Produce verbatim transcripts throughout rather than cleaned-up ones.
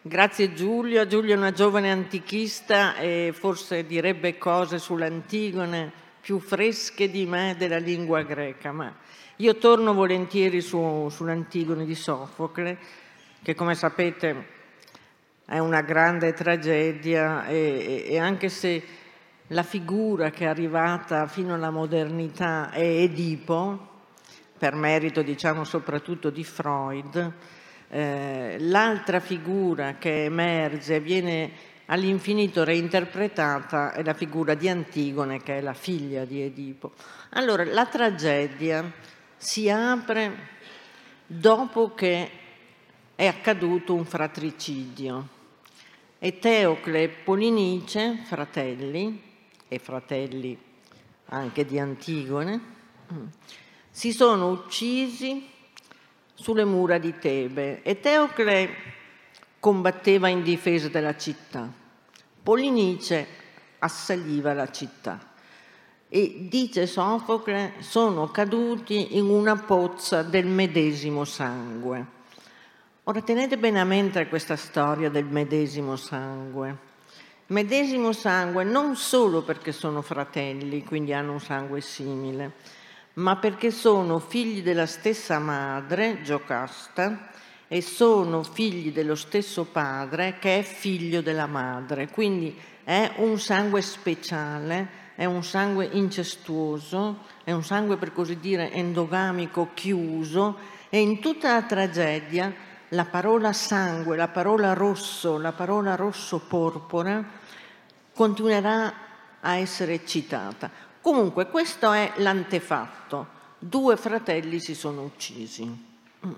Grazie Giulia. Giulia è una giovane antichista e forse direbbe cose sull'Antigone più fresche di me della lingua greca, ma io torno volentieri su, sull'Antigone di Sofocle, che come sapete è una grande tragedia e, e anche se la figura che è arrivata fino alla modernità è Edipo, per merito diciamo soprattutto di Freud, eh, l'altra figura che emerge e viene all'infinito reinterpretata è la figura di Antigone, che è la figlia di Edipo. Allora, la tragedia si apre dopo che è accaduto un fratricidio. Eteocle e Polinice, fratelli, e fratelli anche di Antigone, si sono uccisi sulle mura di Tebe. Eteocle combatteva in difesa della città, Polinice assaliva la città e, dice Sofocle, sono caduti in una pozza del medesimo sangue. Ora tenete bene a mente questa storia del medesimo sangue. Medesimo sangue non solo perché sono fratelli, quindi hanno un sangue simile, ma perché sono figli della stessa madre, Giocasta, e sono figli dello stesso padre, che è figlio della madre. Quindi è un sangue speciale, è un sangue incestuoso, è un sangue per così dire endogamico chiuso, e in tutta la tragedia la parola sangue, la parola rosso, la parola rosso-porpora continuerà a essere citata. Comunque questo è l'antefatto. Due fratelli si sono uccisi.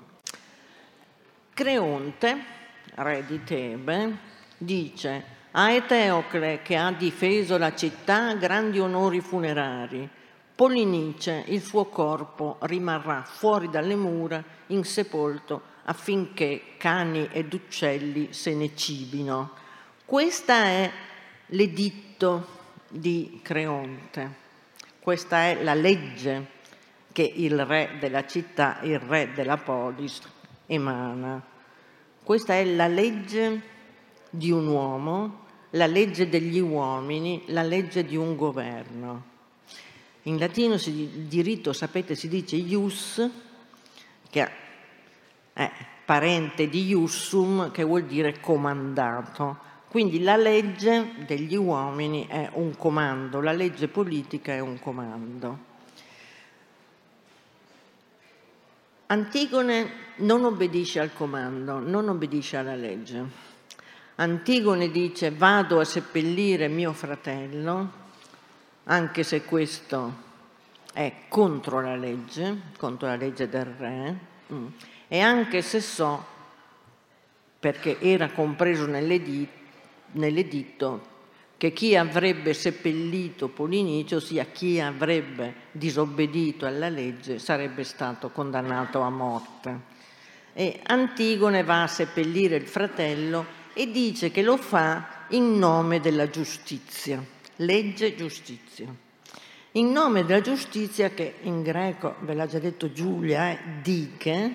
Creonte, re di Tebe, dice a Eteocle, che ha difeso la città, grandi onori funerari. Polinice, il suo corpo rimarrà fuori dalle mura, insepolto, affinché cani ed uccelli se ne cibino. Questa è l'editto di Creonte. Questa è la legge che il re della città, il re della polis, emana. Questa è la legge di un uomo, la legge degli uomini, la legge di un governo. In latino si, diritto, sapete, si dice ius, che è parente di iussum, che vuol dire comandato. Quindi la legge degli uomini è un comando, la legge politica è un comando. Antigone non obbedisce al comando, non obbedisce alla legge. Antigone dice: vado a seppellire mio fratello, anche se questo è contro la legge, contro la legge del re, e anche se so, perché era compreso nell'editto, nell'editto che chi avrebbe seppellito Polinice, ossia chi avrebbe disobbedito alla legge, sarebbe stato condannato a morte. E Antigone va a seppellire il fratello e dice che lo fa in nome della giustizia, legge giustizia. In nome della giustizia, che in greco, ve l'ha già detto Giulia, è dike,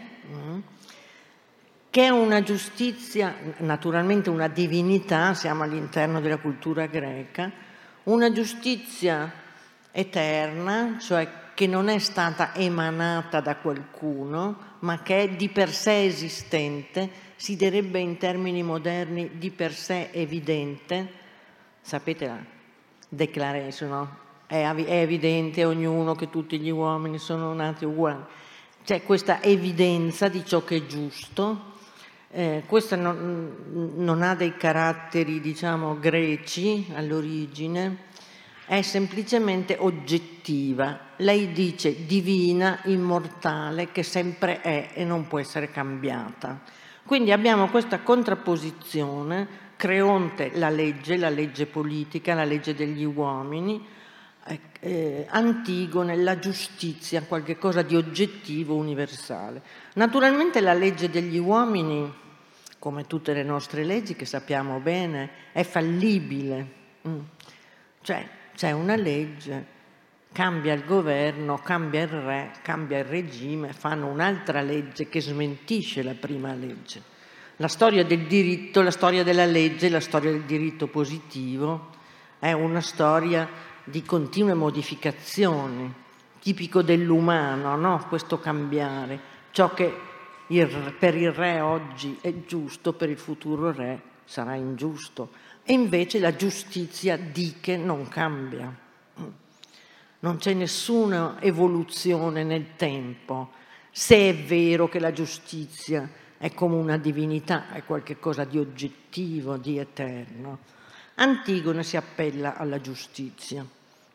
che è una giustizia, naturalmente una divinità, siamo all'interno della cultura greca, una giustizia eterna, cioè che non è stata emanata da qualcuno, ma che è di per sé esistente, si direbbe in termini moderni di per sé evidente. Sapete la Declaration, no? È, è evidente a ognuno che tutti gli uomini sono nati uguali. C'è questa evidenza di ciò che è giusto. Eh, questa non, non ha dei caratteri, diciamo, greci all'origine, è semplicemente oggettiva. Lei dice divina, immortale, che sempre è e non può essere cambiata. Quindi abbiamo questa contrapposizione, Creonte la legge, la legge politica, la legge degli uomini, eh, Antigone la giustizia, qualche cosa di oggettivo, universale. Naturalmente la legge degli uomini, come tutte le nostre leggi che sappiamo bene, è fallibile. Mm. Cioè c'è una legge, cambia il governo, cambia il re, cambia il regime, fanno un'altra legge che smentisce la prima legge. La storia del diritto, la storia della legge, la storia del diritto positivo è una storia di continue modificazioni, tipico dell'umano, no? Questo cambiare. Ciò che il, per il re oggi è giusto, per il futuro re sarà ingiusto. E invece la giustizia di che non cambia. Non c'è nessuna evoluzione nel tempo, se è vero che la giustizia è come una divinità, è qualcosa di oggettivo, di eterno. Antigone si appella alla giustizia.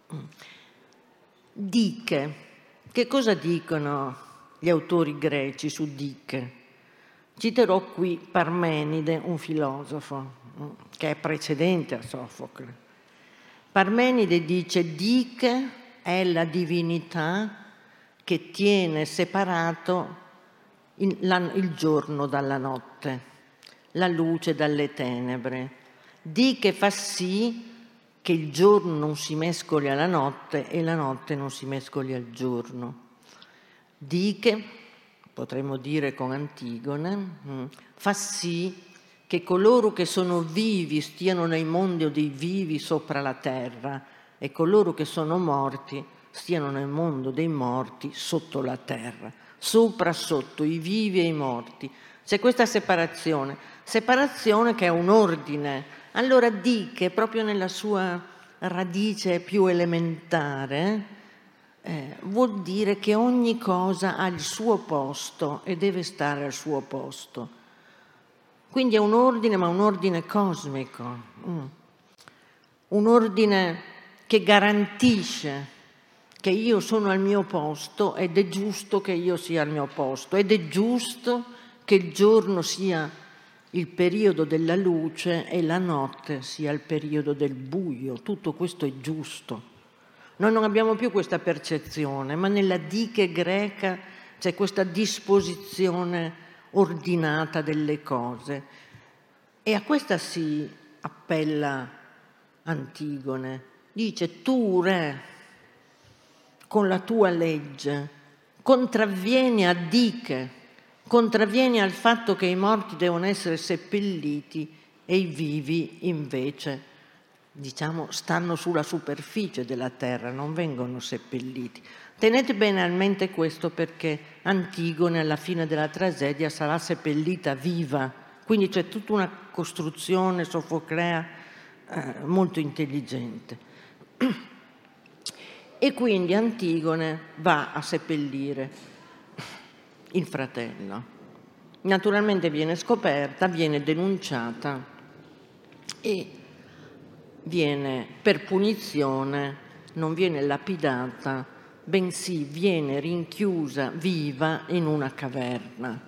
Diche. Che cosa dicono gli autori greci su Diche? Citerò qui Parmenide, un filosofo che è precedente a Sofocle. Parmenide dice: Diche è la divinità che tiene separato il giorno dalla notte, la luce dalle tenebre. Diche fa sì che il giorno non si mescoli alla notte e la notte non si mescoli al giorno. Diche, potremmo dire con Antigone, fa sì che coloro che sono vivi stiano nei mondi dei vivi sopra la terra e coloro che sono morti stiano nel mondo dei morti sotto la terra, sopra, sotto, i vivi e i morti. C'è questa separazione, separazione che è un ordine. Allora Diche, proprio nella sua radice più elementare, eh, vuol dire che ogni cosa ha il suo posto e deve stare al suo posto. Quindi è un ordine, ma un ordine cosmico, mm. un ordine che garantisce che io sono al mio posto ed è giusto che io sia al mio posto, ed è giusto che il giorno sia il periodo della luce e la notte sia il periodo del buio. Tutto questo è giusto. Noi non abbiamo più questa percezione, ma nella Diche greca c'è questa disposizione ordinata delle cose. E a questa si appella Antigone. Dice: tu, re, con la tua legge contravvieni a Diche, contravvieni al fatto che i morti devono essere seppelliti e i vivi invece, diciamo, stanno sulla superficie della terra, non vengono seppelliti. Tenete bene a mente questo, perché Antigone alla fine della tragedia sarà seppellita viva, quindi c'è tutta una costruzione sofoclea eh, molto intelligente. E quindi Antigone va a seppellire il fratello. Naturalmente viene scoperta, viene denunciata e viene, per punizione, non viene lapidata, bensì viene rinchiusa viva in una caverna.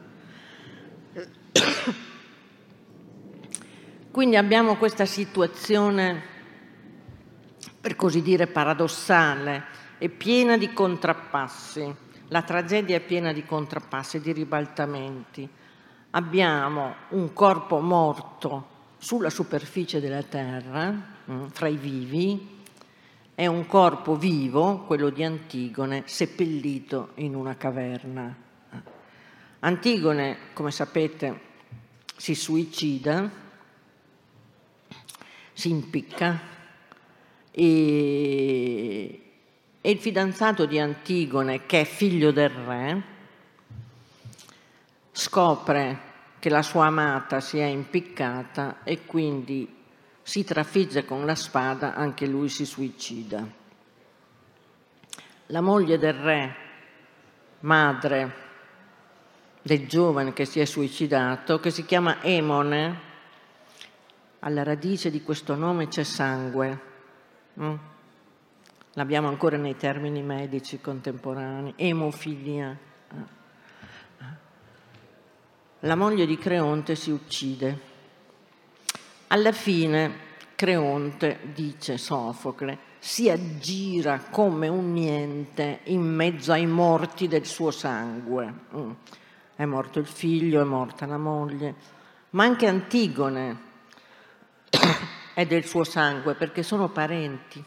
Quindi abbiamo questa situazione, per così dire, paradossale e piena di contrappassi. La tragedia è piena di contrappassi, di ribaltamenti. Abbiamo un corpo morto sulla superficie della terra, fra i vivi, e un corpo vivo, quello di Antigone, seppellito in una caverna. Antigone, come sapete, si suicida, si impicca, e, e il fidanzato di Antigone, che è figlio del re, scopre che la sua amata si è impiccata e quindi si trafigge con la spada, anche lui si suicida. La moglie del re, madre del giovane che si è suicidato, che si chiama Emone, alla radice di questo nome c'è sangue. Mm? L'abbiamo ancora nei termini medici contemporanei, emofilia. La moglie di Creonte si uccide. Alla fine Creonte, dice Sofocle, si aggira come un niente in mezzo ai morti del suo sangue. Mm. È morto il figlio, è morta la moglie, ma anche Antigone è del suo sangue, perché sono parenti.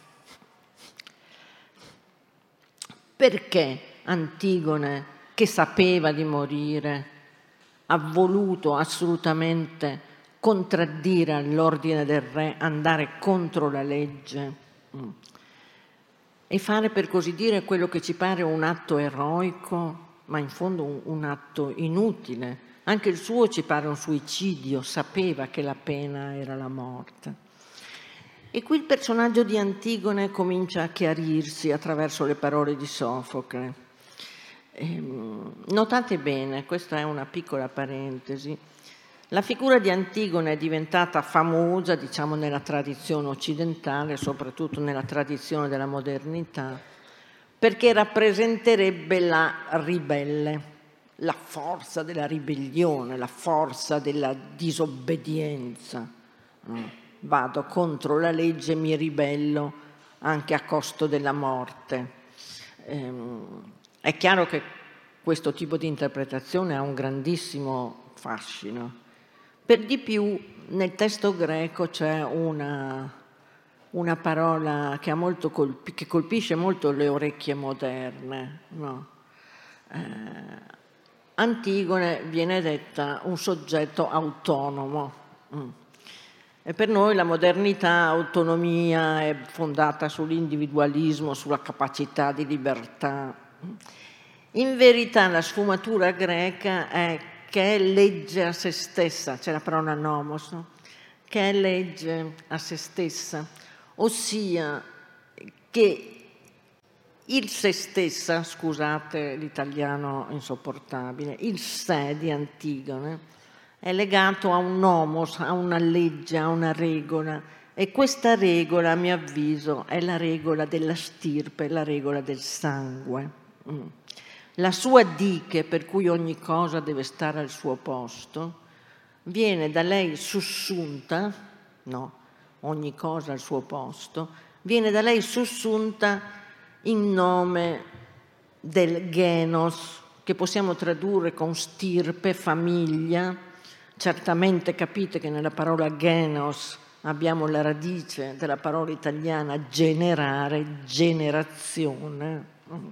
Perché Antigone, che sapeva di morire, ha voluto assolutamente contraddire all'ordine del re, andare contro la legge e fare, per così dire, quello che ci pare un atto eroico, ma in fondo un, un atto inutile. Anche il suo ci pare un suicidio, sapeva che la pena era la morte. E qui il personaggio di Antigone comincia a chiarirsi attraverso le parole di Sofocle. Ehm, notate bene, questa è una piccola parentesi, la figura di Antigone è diventata famosa, diciamo, nella tradizione occidentale, soprattutto nella tradizione della modernità, perché rappresenterebbe la ribelle, la forza della ribellione, la forza della disobbedienza. Vado contro la legge, mi ribello anche a costo della morte. È chiaro che questo tipo di interpretazione ha un grandissimo fascino. Per di più, nel testo greco c'è una, una parola che, ha molto colpi, che colpisce molto le orecchie moderne, no? Eh, Antigone viene detta un soggetto autonomo. Mm. E per noi la modernità, autonomia, è fondata sull'individualismo, sulla capacità di libertà. In verità la sfumatura greca è che è legge a se stessa, c'è la parola nomos, no? Che è legge a se stessa, ossia che il se stessa, scusate l'italiano insopportabile, il sé di Antigone è legato a un nomos, a una legge, a una regola, e questa regola, a mio avviso, è la regola della stirpe, la regola del sangue. Mm. La sua diche, per cui ogni cosa deve stare al suo posto, viene da lei sussunta, no, ogni cosa al suo posto, viene da lei sussunta in nome del genos, che possiamo tradurre con stirpe, famiglia. Certamente capite che nella parola genos abbiamo la radice della parola italiana generare, generazione.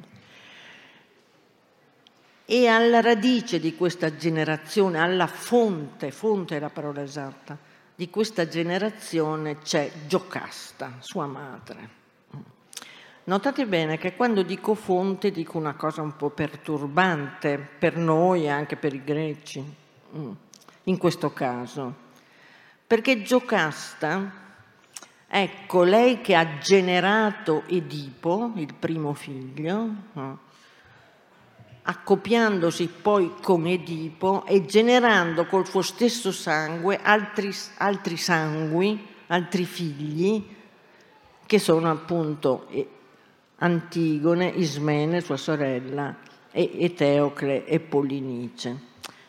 E alla radice di questa generazione, alla fonte, fonte è la parola esatta, di questa generazione c'è Giocasta, sua madre. Notate bene che quando dico fonte dico una cosa un po' perturbante per noi e anche per i greci, in questo caso, perché Giocasta è colei che ha generato Edipo, il primo figlio, accoppiandosi poi con Edipo e generando col suo stesso sangue altri, altri sangui, altri figli, che sono appunto Antigone, Ismene, sua sorella, e Eteocle e Polinice.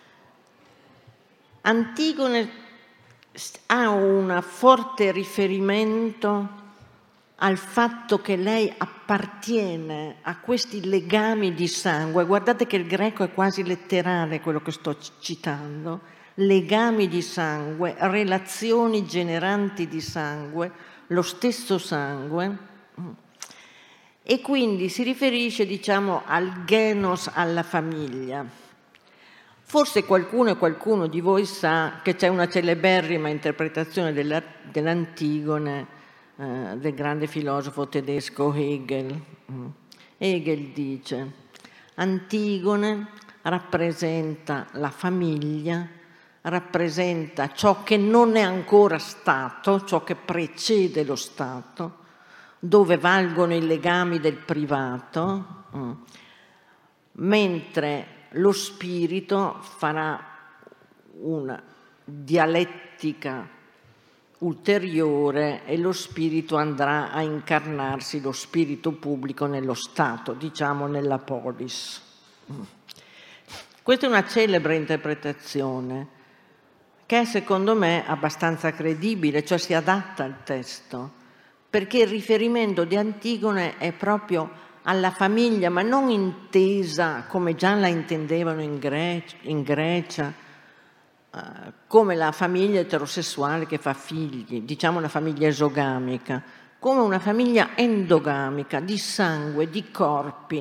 Antigone ha un forte riferimento al fatto che lei appartiene a questi legami di sangue. Guardate che il greco è quasi letterale quello che sto citando. Legami di sangue, relazioni generanti di sangue, lo stesso sangue. E quindi si riferisce, diciamo, al genos, alla famiglia. Forse qualcuno e qualcuno di voi sa che c'è una celeberrima interpretazione della, dell'Antigone eh, del grande filosofo tedesco Hegel. Hegel dice: Antigone rappresenta la famiglia, rappresenta ciò che non è ancora stato, ciò che precede lo Stato, dove valgono i legami del privato, mm. mentre lo spirito farà una dialettica ulteriore e lo spirito andrà a incarnarsi, lo spirito pubblico, nello Stato, diciamo nella polis. Mm. Questa è una celebre interpretazione che è, secondo me, abbastanza credibile, cioè si adatta al testo, perché il riferimento di Antigone è proprio alla famiglia, ma non intesa come già la intendevano in Grecia, in Grecia eh, come la famiglia eterosessuale che fa figli, diciamo una famiglia esogamica, come una famiglia endogamica, di sangue, di corpi.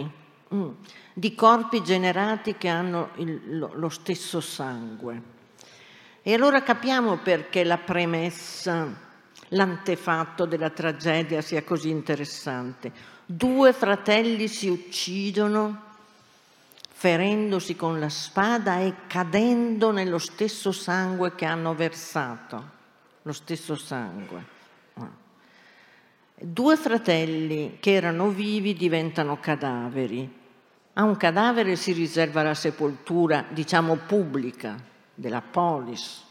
mm, di corpi generati che hanno il, lo, lo stesso sangue. E allora capiamo perché la premessa, l'antefatto della tragedia sia così interessante. Due fratelli si uccidono ferendosi con la spada e cadendo nello stesso sangue che hanno versato, lo stesso sangue. Due fratelli che erano vivi diventano cadaveri. A un cadavere si riserva la sepoltura, diciamo, pubblica, della polis.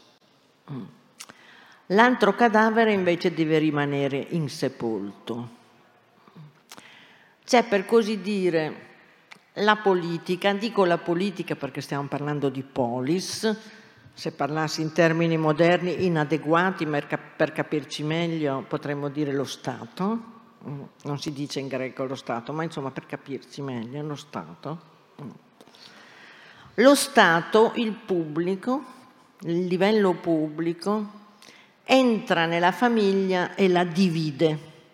L'altro cadavere invece deve rimanere insepolto. C'è, per così dire, la politica, dico la politica perché stiamo parlando di polis, se parlassi in termini moderni inadeguati, per capirci meglio potremmo dire lo Stato, non si dice in greco lo Stato, ma insomma per capirci meglio, lo Stato. Lo Stato, il pubblico, il livello pubblico, entra nella famiglia e la divide.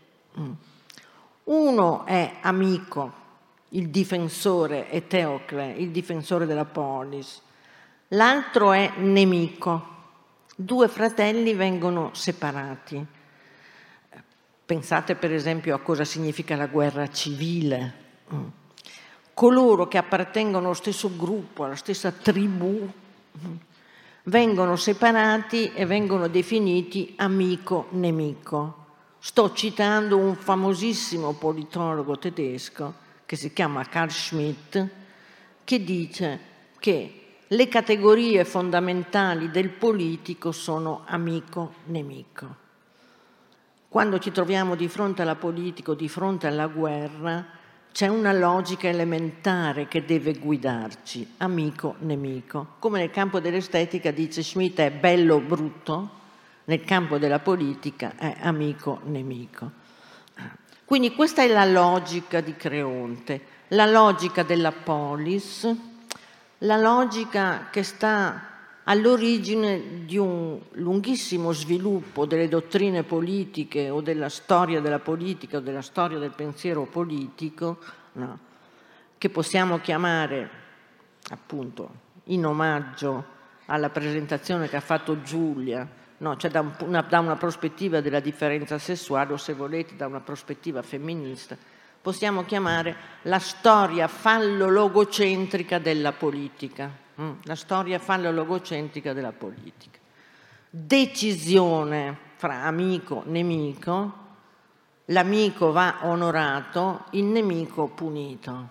Uno è amico, il difensore è Teocle, il difensore della polis. L'altro è nemico. Due fratelli vengono separati. Pensate per esempio a cosa significa la guerra civile. Coloro che appartengono allo stesso gruppo, alla stessa tribù, vengono separati e vengono definiti amico-nemico. Sto citando un famosissimo politologo tedesco che si chiama Carl Schmitt, che dice che le categorie fondamentali del politico sono amico-nemico. Quando ci troviamo di fronte alla politica o di fronte alla guerra, c'è una logica elementare che deve guidarci, amico-nemico. Come nel campo dell'estetica, dice Schmitt, è bello brutto, nel campo della politica è amico-nemico. Quindi questa è la logica di Creonte, la logica della polis, la logica che sta all'origine di un lunghissimo sviluppo delle dottrine politiche o della storia della politica o della storia del pensiero politico, no, che possiamo chiamare, appunto, in omaggio alla presentazione che ha fatto Giulia, no, cioè da una, da una prospettiva della differenza sessuale, o se volete da una prospettiva femminista, possiamo chiamare la storia fallo-logocentrica della politica. Mm, la storia fallo-logocentrica della politica. Decisione fra amico e nemico, l'amico va onorato, il nemico punito.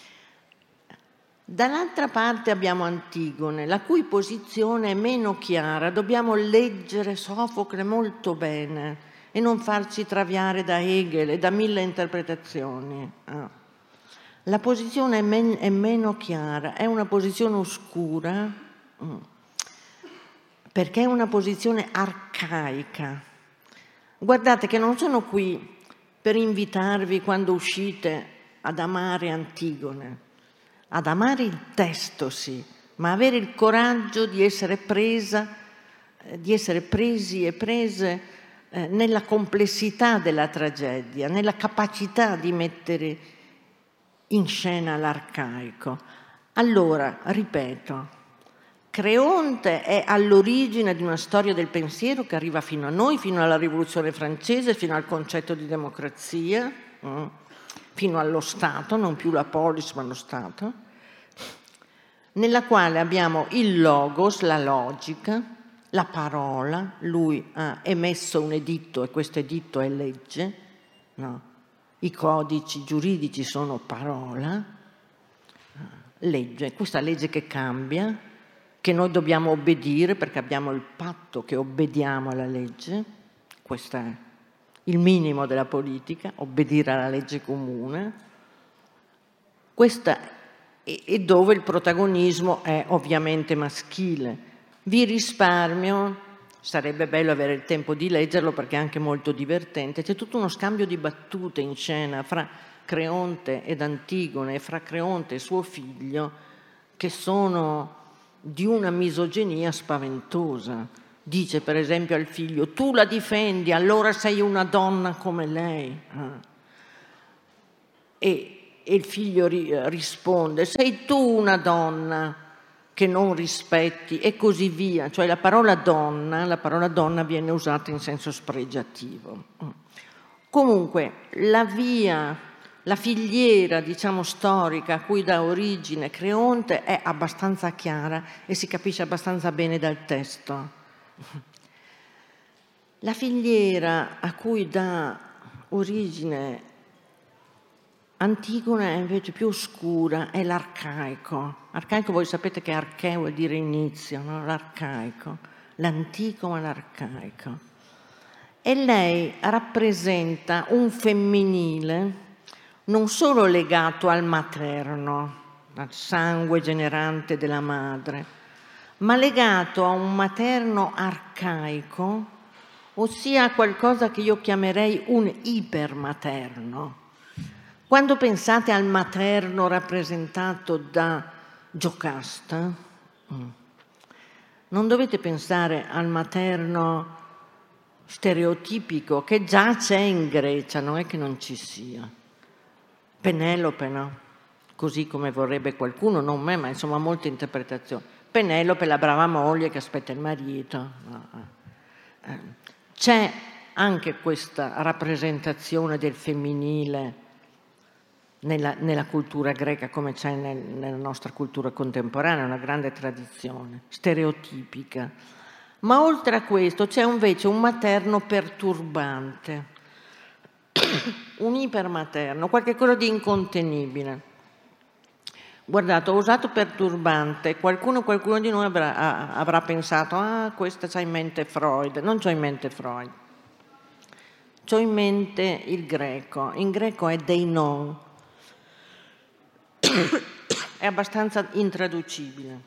Dall'altra parte abbiamo Antigone, la cui posizione è meno chiara. Dobbiamo leggere Sofocle molto bene e non farci traviare da Hegel e da mille interpretazioni. Ah. La posizione è, men- è meno chiara, è una posizione oscura, mm, perché è una posizione arcaica. Guardate che non sono qui per invitarvi, quando uscite, ad amare Antigone. Ad amare il testo, sì, ma avere il coraggio di essere presa, di essere presi e prese eh, nella complessità della tragedia, nella capacità di mettere in scena l'arcaico. Allora, ripeto, Creonte è all'origine di una storia del pensiero che arriva fino a noi, fino alla Rivoluzione francese, fino al concetto di democrazia, mm. fino allo Stato, non più la polis ma lo Stato, nella quale abbiamo il logos, la logica, la parola. Lui ha emesso un editto e questo editto è legge, no? I codici giuridici sono parola, legge, questa legge che cambia, che noi dobbiamo obbedire perché abbiamo il patto che obbediamo alla legge, questo è il minimo della politica, obbedire alla legge comune, questa è, e dove il protagonismo è ovviamente maschile. Vi risparmio, sarebbe bello avere il tempo di leggerlo perché è anche molto divertente, c'è tutto uno scambio di battute in scena fra Creonte ed Antigone e fra Creonte e suo figlio che sono di una misoginia spaventosa. Dice per esempio al figlio: tu la difendi, allora sei una donna come lei. E, e il figlio ri, risponde: sei tu una donna che non rispetti, e così via. Cioè la parola donna, la parola donna viene usata in senso spregiativo. Comunque la via, la filiera, diciamo, storica a cui dà origine Creonte è abbastanza chiara e si capisce abbastanza bene dal testo. La filiera a cui dà origine Antigone è invece più oscura, è l'arcaico. Arcaico, voi sapete che archeo vuol dire inizio, no? L'arcaico, l'antico ma l'arcaico. E lei rappresenta un femminile non solo legato al materno, al sangue generante della madre, ma legato a un materno arcaico, ossia a qualcosa che io chiamerei un ipermaterno. Quando pensate al materno rappresentato da Giocasta, non dovete pensare al materno stereotipico che già c'è in Grecia, non è che non ci sia. Penelope, no? Così come vorrebbe qualcuno, non me, ma insomma molte interpretazioni. Penelope, la brava moglie che aspetta il marito. C'è anche questa rappresentazione del femminile Nella, nella cultura greca, come c'è nel, nella nostra cultura contemporanea, una grande tradizione stereotipica. Ma oltre a questo c'è invece un materno perturbante, un ipermaterno, qualcosa di incontenibile. Guardate, ho usato perturbante, qualcuno, qualcuno di noi avrà, avrà pensato: ah, questa c'ha in mente Freud. Non c'ho in mente Freud, c'ho in mente il greco. In greco è deinon, è abbastanza intraducibile.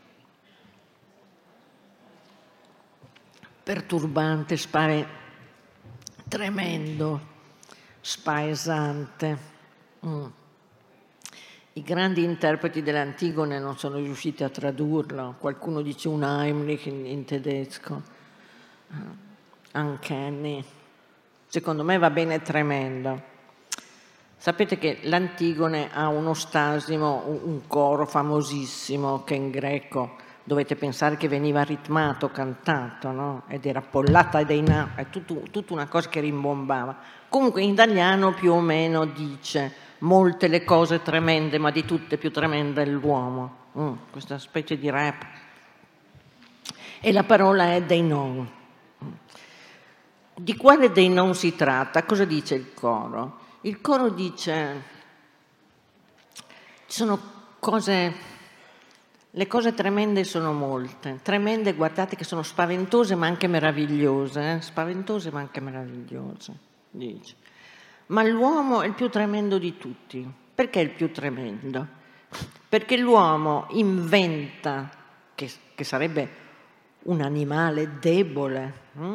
Perturbante, spare, tremendo, spaesante. Mm. I grandi interpreti dell'Antigone non sono riusciti a tradurlo. Qualcuno dice un Heimlich in, in tedesco. Uncanny. Secondo me va bene tremendo. Sapete che l'Antigone ha uno stasimo, un coro famosissimo che in greco dovete pensare che veniva ritmato, cantato, no? Ed era pollata dei na, è tutto, tutta una cosa che rimbombava. Comunque in italiano più o meno dice: molte le cose tremende, ma di tutte più tremenda è l'uomo. Mm, questa specie di rap. E la parola è deinon. Di quale deinon si tratta? Cosa dice il coro? Il coro dice: ci sono cose, le cose tremende sono molte. Tremende, guardate, che sono spaventose ma anche meravigliose, eh? Spaventose ma anche meravigliose, dice. Ma l'uomo è il più tremendo di tutti. Perché è il più tremendo? Perché l'uomo inventa, che, che sarebbe un animale debole. Hm?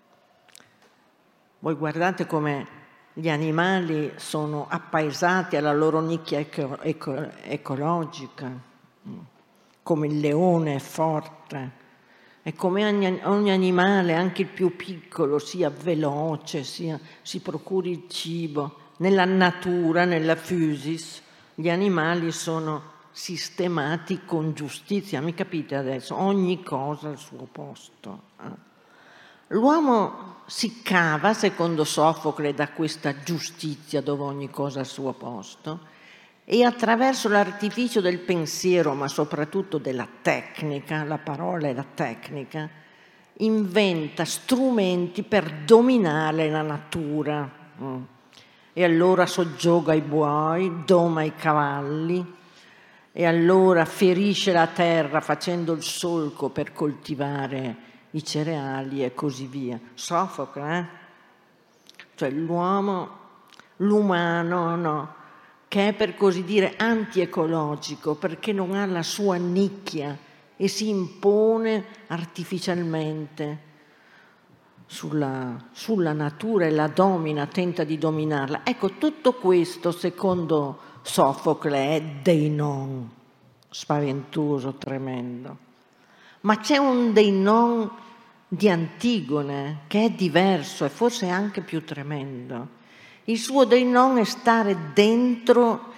Voi guardate come gli animali sono appaesati alla loro nicchia eco, eco, ecologica, come il leone è forte, e come ogni, ogni animale, anche il più piccolo, sia veloce, sia, si procuri il cibo. Nella natura, nella physis, gli animali sono sistemati con giustizia, mi capite adesso? Ogni cosa al suo posto. Eh? L'uomo si cava, secondo Sofocle, da questa giustizia dove ogni cosa ha il suo posto, e attraverso l'artificio del pensiero, ma soprattutto della tecnica, la parola è la tecnica, inventa strumenti per dominare la natura. E allora soggioga i buoi, doma i cavalli, e allora ferisce la terra facendo il solco per coltivare i cereali e così via. Sofocle, eh? Cioè l'uomo, l'umano, no, che è per così dire antiecologico, perché non ha la sua nicchia e si impone artificialmente sulla, sulla natura e la domina, tenta di dominarla. Ecco, tutto questo, secondo Sofocle, è deinon, spaventoso, tremendo. Ma c'è un deinon di Antigone che è diverso e forse anche più tremendo. Il suo deinon è stare dentro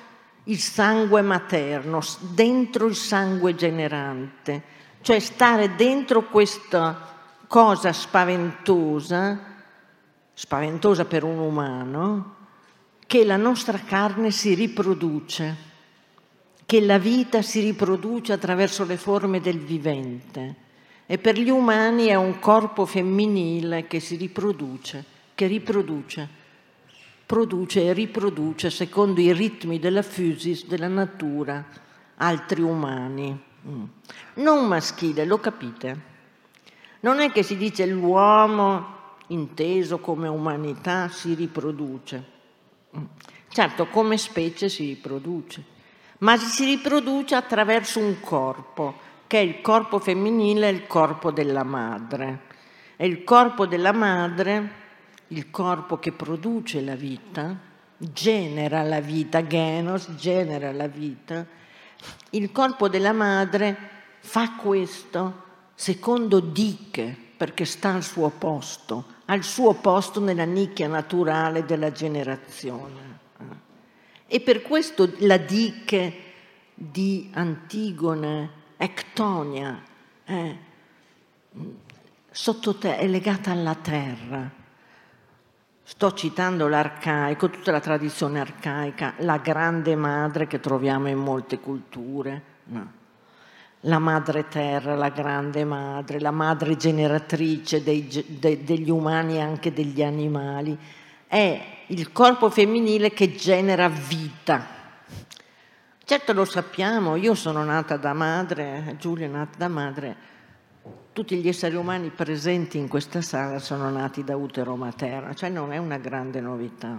il sangue materno, dentro il sangue generante, cioè stare dentro questa cosa spaventosa, spaventosa per un umano, che la nostra carne si riproduce, che la vita si riproduce attraverso le forme del vivente. E per gli umani è un corpo femminile che si riproduce, che riproduce, produce e riproduce secondo i ritmi della physis, della natura, altri umani. Non maschile, lo capite? Non è che si dice l'uomo, inteso come umanità, si riproduce. Certo, come specie si riproduce, ma si riproduce attraverso un corpo, che è il corpo femminile, il corpo della madre. E il corpo della madre, il corpo che produce la vita, genera la vita, genos, genera la vita. Il corpo della madre fa questo secondo diche, perché sta al suo posto, al suo posto nella nicchia naturale della generazione. E per questo la diche di Antigone, Ectonia, è, sottoterra, è legata alla terra. Sto citando l'arcaico, tutta la tradizione arcaica, la grande madre che troviamo in molte culture, no. La madre terra, la grande madre, la madre generatrice dei, de, degli umani e anche degli animali, è il corpo femminile che genera vita. Certo lo sappiamo, io sono nata da madre, Giulia è nata da madre, tutti gli esseri umani presenti in questa sala sono nati da utero materno, cioè non è una grande novità.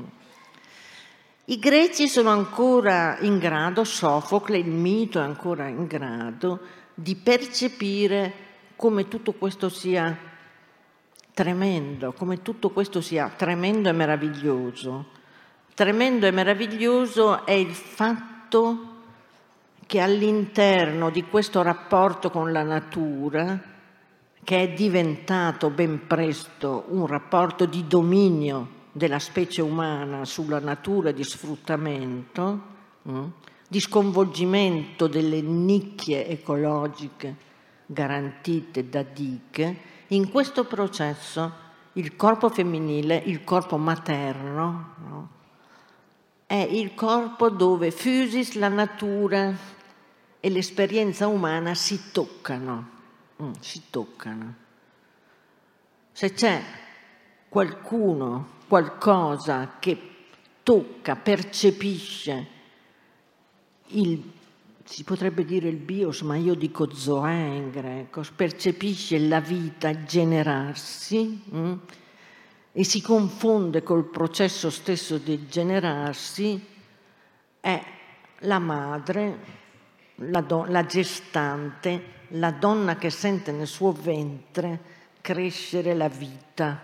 I greci sono ancora in grado, Sofocle, il mito è ancora in grado di percepire come tutto questo sia tremendo, come tutto questo sia tremendo e meraviglioso. Tremendo e meraviglioso è il fatto che all'interno di questo rapporto con la natura, che è diventato ben presto un rapporto di dominio della specie umana sulla natura, di sfruttamento, mh, di sconvolgimento delle nicchie ecologiche garantite da diche, in questo processo il corpo femminile, il corpo materno, no, è il corpo dove physis, la natura e l'esperienza umana si toccano, mm, si toccano. Se c'è qualcuno, qualcosa che tocca, percepisce il, si potrebbe dire il bios, ma io dico zoè in greco, percepisce la vita, il generarsi, mm, e si confonde col processo stesso del generarsi, è la madre, la, do, la gestante, la donna che sente nel suo ventre crescere la vita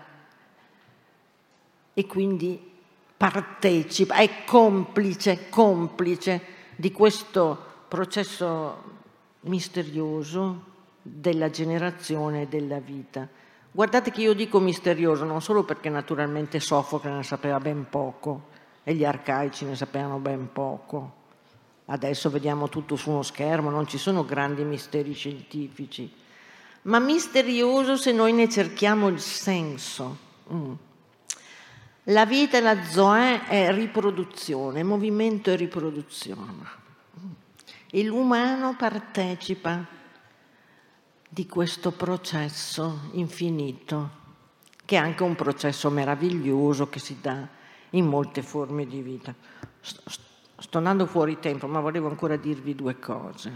e quindi partecipa, è complice, complice di questo processo misterioso della generazione e della vita. Guardate che io dico misterioso non solo perché naturalmente Sofocle ne sapeva ben poco e gli arcaici ne sapevano ben poco. Adesso vediamo tutto su uno schermo, non ci sono grandi misteri scientifici, ma misterioso se noi ne cerchiamo il senso. Mm. La vita e la zoè è riproduzione, movimento e riproduzione. E l'umano partecipa di questo processo infinito, che è anche un processo meraviglioso che si dà in molte forme di vita. Sto andando fuori tempo, ma volevo ancora dirvi due cose.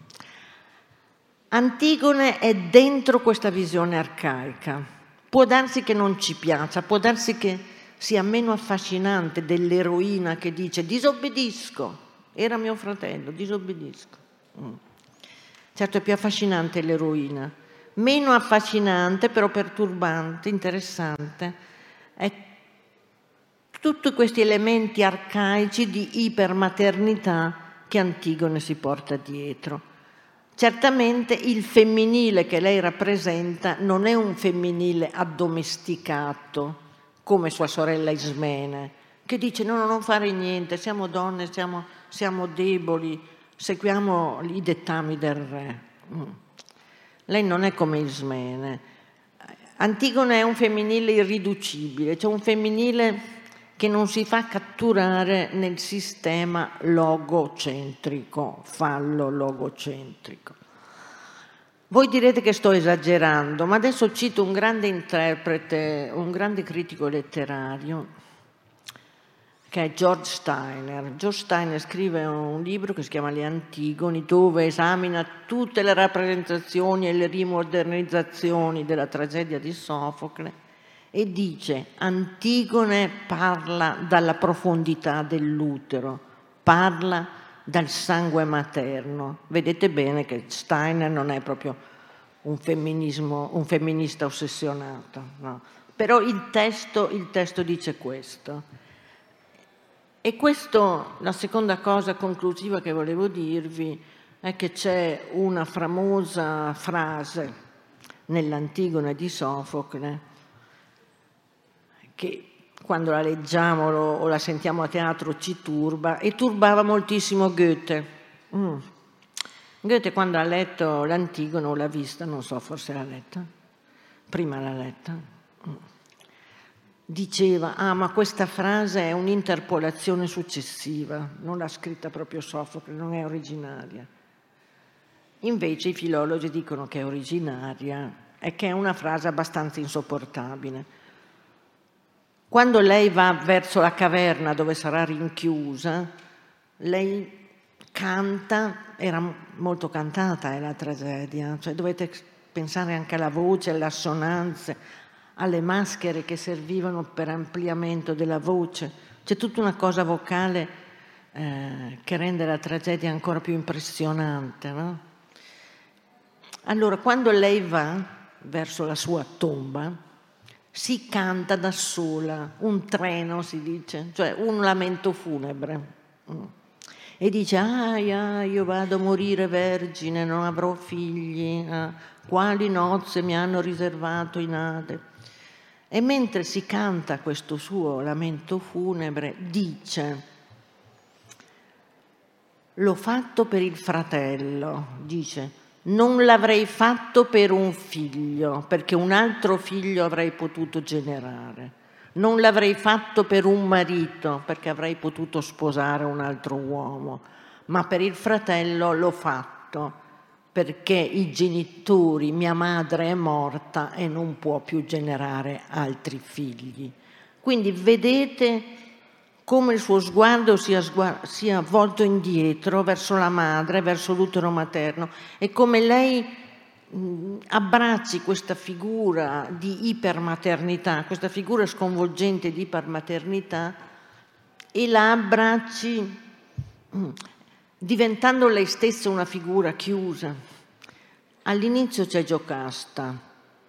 Antigone è dentro questa visione arcaica. Può darsi che non ci piaccia, può darsi che sia meno affascinante dell'eroina che dice disobbedisco, era mio fratello, disobbedisco. Mm. Certo è più affascinante l'eroina, meno affascinante però perturbante, interessante, è tutti questi elementi arcaici di ipermaternità che Antigone si porta dietro. Certamente il femminile che lei rappresenta non è un femminile addomesticato come sua sorella Ismene, che dice no, no, non fare niente, siamo donne, siamo, siamo deboli, seguiamo i dettami del re. Mm. Lei non è come Ismene. Antigone è un femminile irriducibile, cioè un femminile che non si fa catturare nel sistema logocentrico, fallo logocentrico. Voi direte che sto esagerando, ma adesso cito un grande interprete, un grande critico letterario, che è George Steiner. George Steiner scrive un libro che si chiama Le Antigoni, dove esamina tutte le rappresentazioni e le rimodernizzazioni della tragedia di Sofocle e dice: Antigone parla dalla profondità dell'utero, parla dal sangue materno. Vedete bene che Steiner non è proprio un femminismo, un femminista ossessionato, no. Però il testo, il testo dice questo. E questo, la seconda cosa conclusiva che volevo dirvi, è che c'è una famosa frase nell'Antigone di Sofocle che quando la leggiamo o la sentiamo a teatro ci turba, e turbava moltissimo Goethe. Mm. Goethe quando ha letto l'Antigone, o l'ha vista, non so, forse l'ha letta, prima l'ha letta, mm. diceva, ah ma questa frase è un'interpolazione successiva, non l'ha scritta proprio Sofocle, non è originaria. Invece i filologi dicono che è originaria e che è una frase abbastanza insopportabile. Quando lei va verso la caverna dove sarà rinchiusa, lei canta, era molto cantata è la tragedia, cioè dovete pensare anche alla voce, alle assonanze, alle maschere che servivano per ampliamento della voce. C'è tutta una cosa vocale eh, che rende la tragedia ancora più impressionante, no? Allora, quando lei va verso la sua tomba, si canta da sola, un treno si dice, cioè un lamento funebre. E dice, ah, io vado a morire vergine, non avrò figli, ah, quali nozze mi hanno riservato in Ade. E mentre si canta questo suo lamento funebre, dice, l'ho fatto per il fratello, dice, non l'avrei fatto per un figlio, perché un altro figlio avrei potuto generare. Non l'avrei fatto per un marito, perché avrei potuto sposare un altro uomo. Ma per il fratello l'ho fatto, perché i genitori, mia madre è morta e non può più generare altri figli. Quindi vedete come il suo sguardo sia, sguardo sia volto indietro verso la madre, verso l'utero materno, e come lei mh, abbracci questa figura di ipermaternità, questa figura sconvolgente di ipermaternità, e la abbracci mh, diventando lei stessa una figura chiusa. All'inizio c'è Giocasta,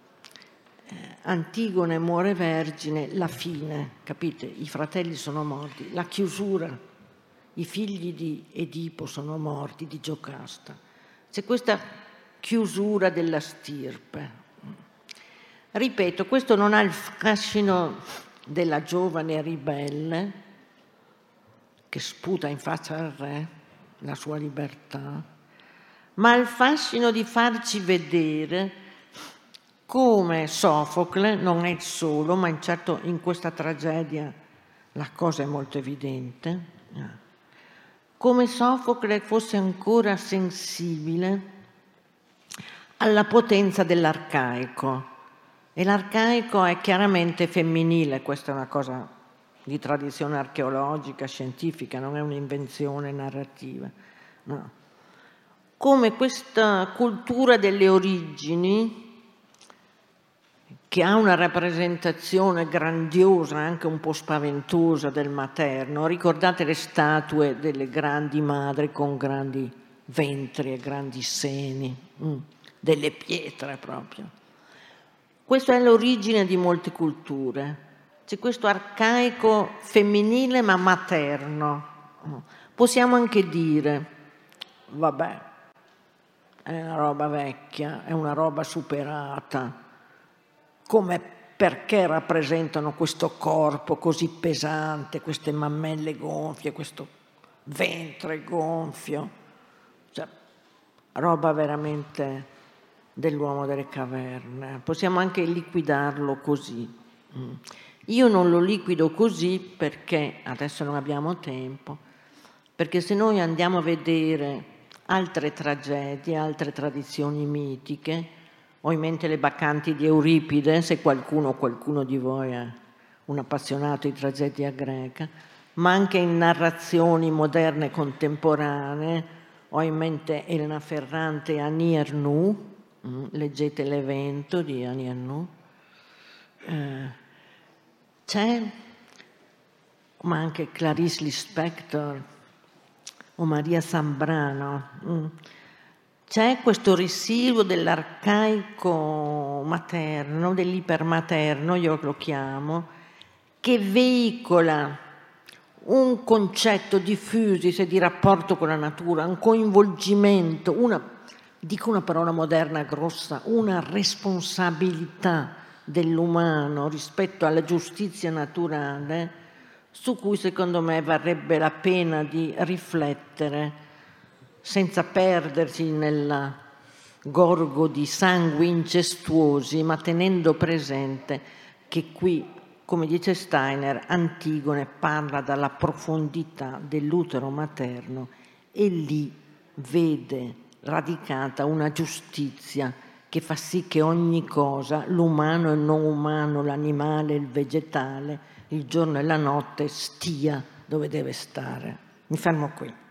Antigone muore vergine, la fine, capite? I fratelli sono morti, la chiusura, i figli di Edipo sono morti, di Giocasta. C'è questa chiusura della stirpe. Ripeto, questo non ha il fascino della giovane ribelle che sputa in faccia al re la sua libertà, ma ha il fascino di farci vedere come Sofocle, non è il solo, ma in, certo, in questa tragedia la cosa è molto evidente, come Sofocle fosse ancora sensibile alla potenza dell'arcaico. E l'arcaico è chiaramente femminile, questa è una cosa di tradizione archeologica, scientifica, non è un'invenzione narrativa. No. Come questa cultura delle origini, che ha una rappresentazione grandiosa, anche un po' spaventosa del materno. Ricordate le statue delle grandi madri con grandi ventri e grandi seni, mm, delle pietre proprio. Questa è l'origine di molte culture. C'è questo arcaico femminile ma materno. Possiamo anche dire, vabbè, è una roba vecchia, è una roba superata, come perché rappresentano questo corpo così pesante, queste mammelle gonfie, questo ventre gonfio, cioè, roba veramente dell'uomo delle caverne. Possiamo anche liquidarlo così. Io non lo liquido così perché, adesso non abbiamo tempo, perché se noi andiamo a vedere altre tragedie, altre tradizioni mitiche, ho in mente le Bacchanti di Euripide, se qualcuno o qualcuno di voi è un appassionato di tragedia greca, ma anche in narrazioni moderne contemporanee, ho in mente Elena Ferrante e Annie Ernaux, mm, leggete L'evento di Annie Ernaux, eh, c'è, ma anche Clarice Lispector o Maria Zambrano, mm. C'è questo residuo dell'arcaico materno, dell'ipermaterno, io lo chiamo, che veicola un concetto di physis e di rapporto con la natura, un coinvolgimento, una, dico una parola moderna grossa, una responsabilità dell'umano rispetto alla giustizia naturale, su cui secondo me varrebbe la pena di riflettere senza perdersi nel gorgo di sangui incestuosi, ma tenendo presente che qui, come dice Steiner, Antigone parla dalla profondità dell'utero materno e lì vede radicata una giustizia che fa sì che ogni cosa, l'umano e il non umano, l'animale e il vegetale, il giorno e la notte, stia dove deve stare. Mi fermo qui.